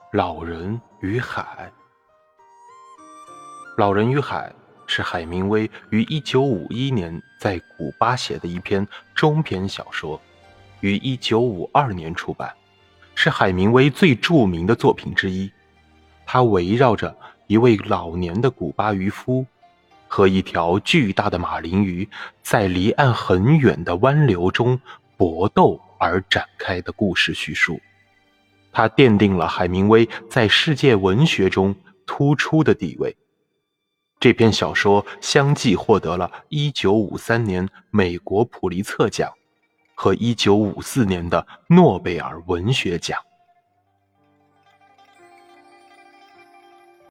老人与海。老人与海是海明威于1951年在古巴写的一篇中篇小说，于1952年出版，是海明威最著名的作品之一。它围绕着一位老年的古巴渔夫和一条巨大的马林鱼在离岸很远的湾流中搏斗而展开的故事叙述。它奠定了海明威在世界文学中突出的地位。这篇小说相继获得了1953年美国普利策奖和1954年的诺贝尔文学奖。